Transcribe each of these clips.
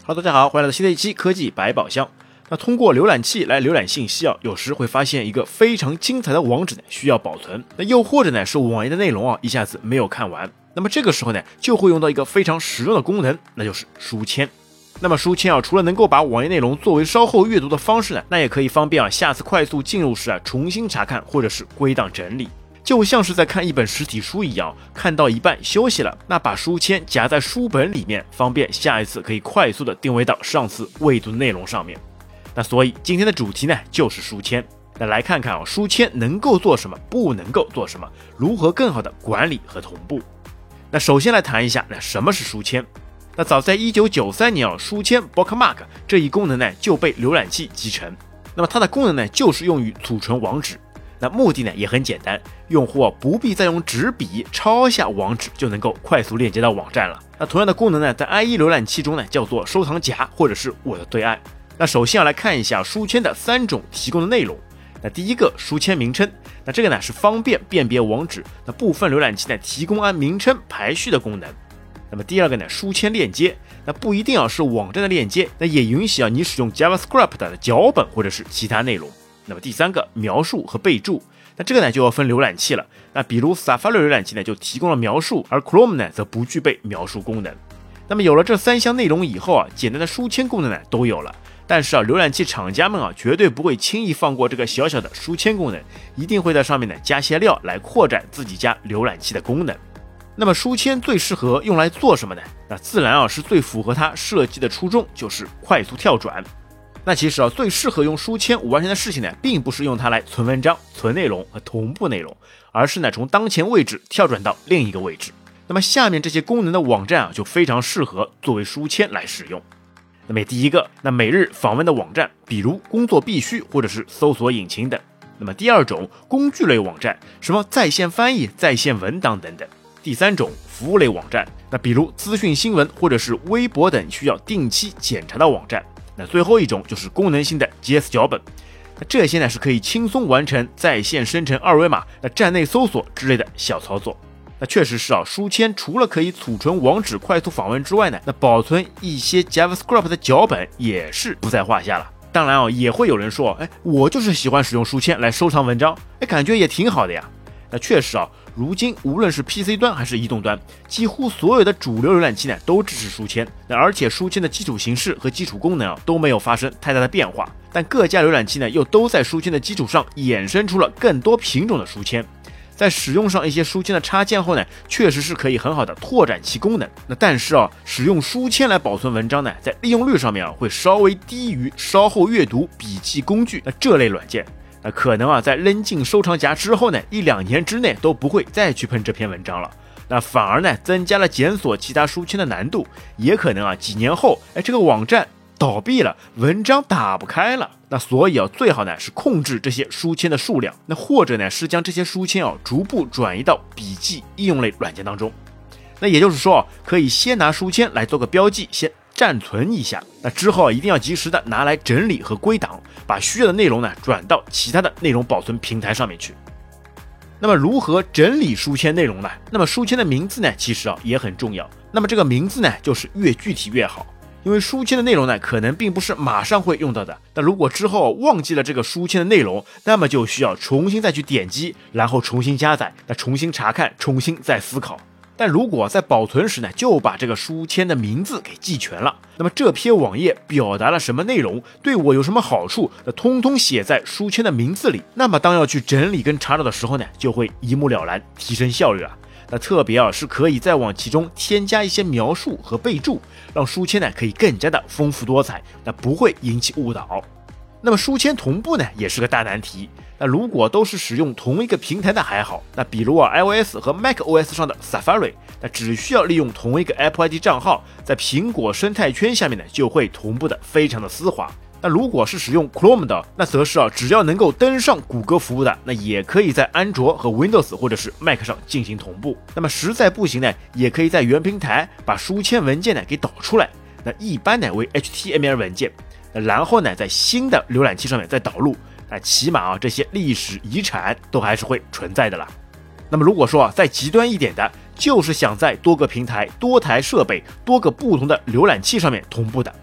Hello， 大家好，欢迎来到新的一期科技百宝箱。那通过浏览器来浏览信息有时会发现一个非常精彩的网址需要保存，那又或者是网页的内容一下子没有看完，那么这个时候就会用到一个非常实用的功能，那就是书签。那么书签除了能够把网页内容作为稍后阅读的方式那也可以方便下次快速进入时重新查看或者是归档整理。就像是在看一本实体书一样，看到一半休息了，那把书签夹在书本里面，方便下一次可以快速的定位到上次未读的内容上面。那所以今天的主题就是书签。那来看看书签能够做什么，不能够做什么，如何更好的管理和同步。那首先来谈一下什么是书签。那早在1993年书签 Bookmark 这一功能就被浏览器集成。那么它的功能就是用于储存网址。那目的也很简单，用户不必再用纸笔抄下网址就能够快速链接到网站了。那同样的功能在 IE 浏览器中叫做收藏夹或者是我的对岸。那首先来看一下书签的3种提供的内容。那第一个书签名称，那这个是方便辨别网址，那部分浏览器提供按名称排序的功能。那么第二个书签链接，那不一定是网站的链接，那也允许你使用 JavaScript 的脚本或者是其他内容。那么第三个描述和备注，那这个就要分浏览器了。那比如 Safari 浏览器就提供了描述，而 Chrome 则不具备描述功能。那么有了这3项内容以后简单的书签功能都有了。但是浏览器厂家们绝对不会轻易放过这个小小的书签功能，一定会在上面加些料来扩展自己家浏览器的功能。那么书签最适合用来做什么呢？那自然是最符合它设计的初衷，就是快速跳转。那其实最适合用书签完成的事情并不是用它来存文章、存内容和同步内容，而是从当前位置跳转到另一个位置。那么下面这些功能的网站就非常适合作为书签来使用。那么第一个，那每日访问的网站，比如工作必须或者是搜索引擎等。那么第二种，工具类网站，什么在线翻译、在线文档等等。第三种，服务类网站，那比如资讯新闻或者是微博等需要定期检查的网站。那最后一种就是功能性的 GS 脚本，那这些是可以轻松完成在线生成二维码、站内搜索之类的小操作。那确实是书签除了可以储存网址快速访问之外那保存一些 JavaScript 的脚本也是不在话下了。当然也会有人说，我就是喜欢使用书签来收藏文章，感觉也挺好的呀。那确实如今无论是 PC 端还是移动端，几乎所有的主流浏览器都支持书签。那而且书签的基础形式和基础功能都没有发生太大的变化，但各家浏览器又都在书签的基础上衍生出了更多品种的书签。在使用上一些书签的插件后确实是可以很好的拓展其功能。那但是使用书签来保存文章在利用率上面会稍微低于稍后阅读笔记工具这类软件。那可能在扔进收藏夹之后1-2年之内都不会再去碰这篇文章了。那反而增加了检索其他书签的难度，也可能几年后这个网站倒闭了，文章打不开了。那所以最好是控制这些书签的数量，那或者是将这些书签逐步转移到笔记应用类软件当中。那也就是说可以先拿书签来做个标记，先暂存一下，那之后一定要及时的拿来整理和归档，把需要的内容转到其他的内容保存平台上面去。那么如何整理书签内容呢？那么书签的名字其实也很重要。那么这个名字就是越具体越好，因为书签的内容可能并不是马上会用到的。那如果之后忘记了这个书签的内容，那么就需要重新再去点击，然后重新加载，那重新查看，重新再思考。但如果在保存时就把这个书签的名字给记全了，那么这篇网页表达了什么内容，对我有什么好处，通通写在书签的名字里，那么当要去整理跟查找的时候就会一目了然，提升效率了。那特别是可以再往其中添加一些描述和备注，让书签可以更加的丰富多彩，那不会引起误导。那么书签同步也是个大难题。那如果都是使用同一个平台还好，那比如iOS 和 macOS 上的 Safari， 那只需要利用同一个 Apple ID 账号，在苹果生态圈下面就会同步的非常的丝滑。那如果是使用 Chrome 的，那则是只要能够登上谷歌服务的，那也可以在安卓和 Windows 或者是 Mac 上进行同步。那么实在不行也可以在原平台把书签文件给导出来，那一般为 HTML 文件，然后在新的浏览器上面再导入，那起码这些历史遗产都还是会存在的啦。那么如果说再极端一点的，就是想在多个平台、多台设备、多个不同的浏览器上面同步的，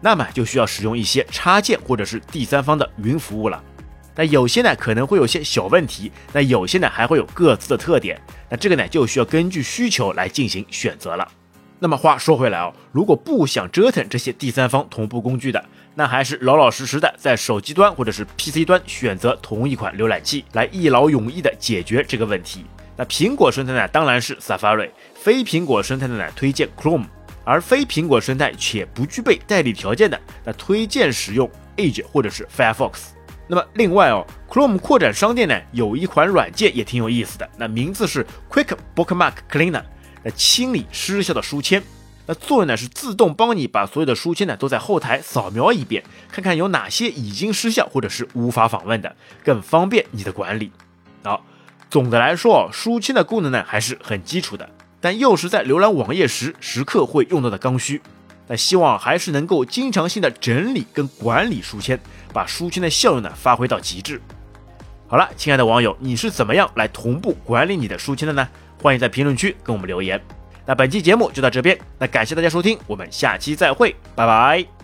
那么就需要使用一些插件或者是第三方的云服务了。那有些呢可能会有些小问题，那有些呢还会有各自的特点，那这个呢就需要根据需求来进行选择了。那么话说回来如果不想折腾这些第三方同步工具的，那还是老老实实的在手机端或者是 PC 端选择同一款浏览器来一劳永逸的解决这个问题。那苹果生态呢当然是 Safari， 非苹果生态的呢推荐 Chrome， 而非苹果生态且不具备代理条件的，那推荐使用 Edge 或者是 Firefox。那么另外Chrome 扩展商店呢有一款软件也挺有意思的，那名字是 Quick Bookmark Cleaner， 那清理失效的书签。那作用呢是自动帮你把所有的书签呢都在后台扫描一遍，看看有哪些已经失效或者是无法访问的，更方便你的管理。总的来说书签的功能呢还是很基础的，但又是在浏览网页时时刻会用到的刚需。那希望还是能够经常性的整理跟管理书签，把书签的效用呢发挥到极致。好了，亲爱的网友，你是怎么样来同步管理你的书签的呢？欢迎在评论区跟我们留言。那本期节目就到这边，那感谢大家收听，我们下期再会，拜拜。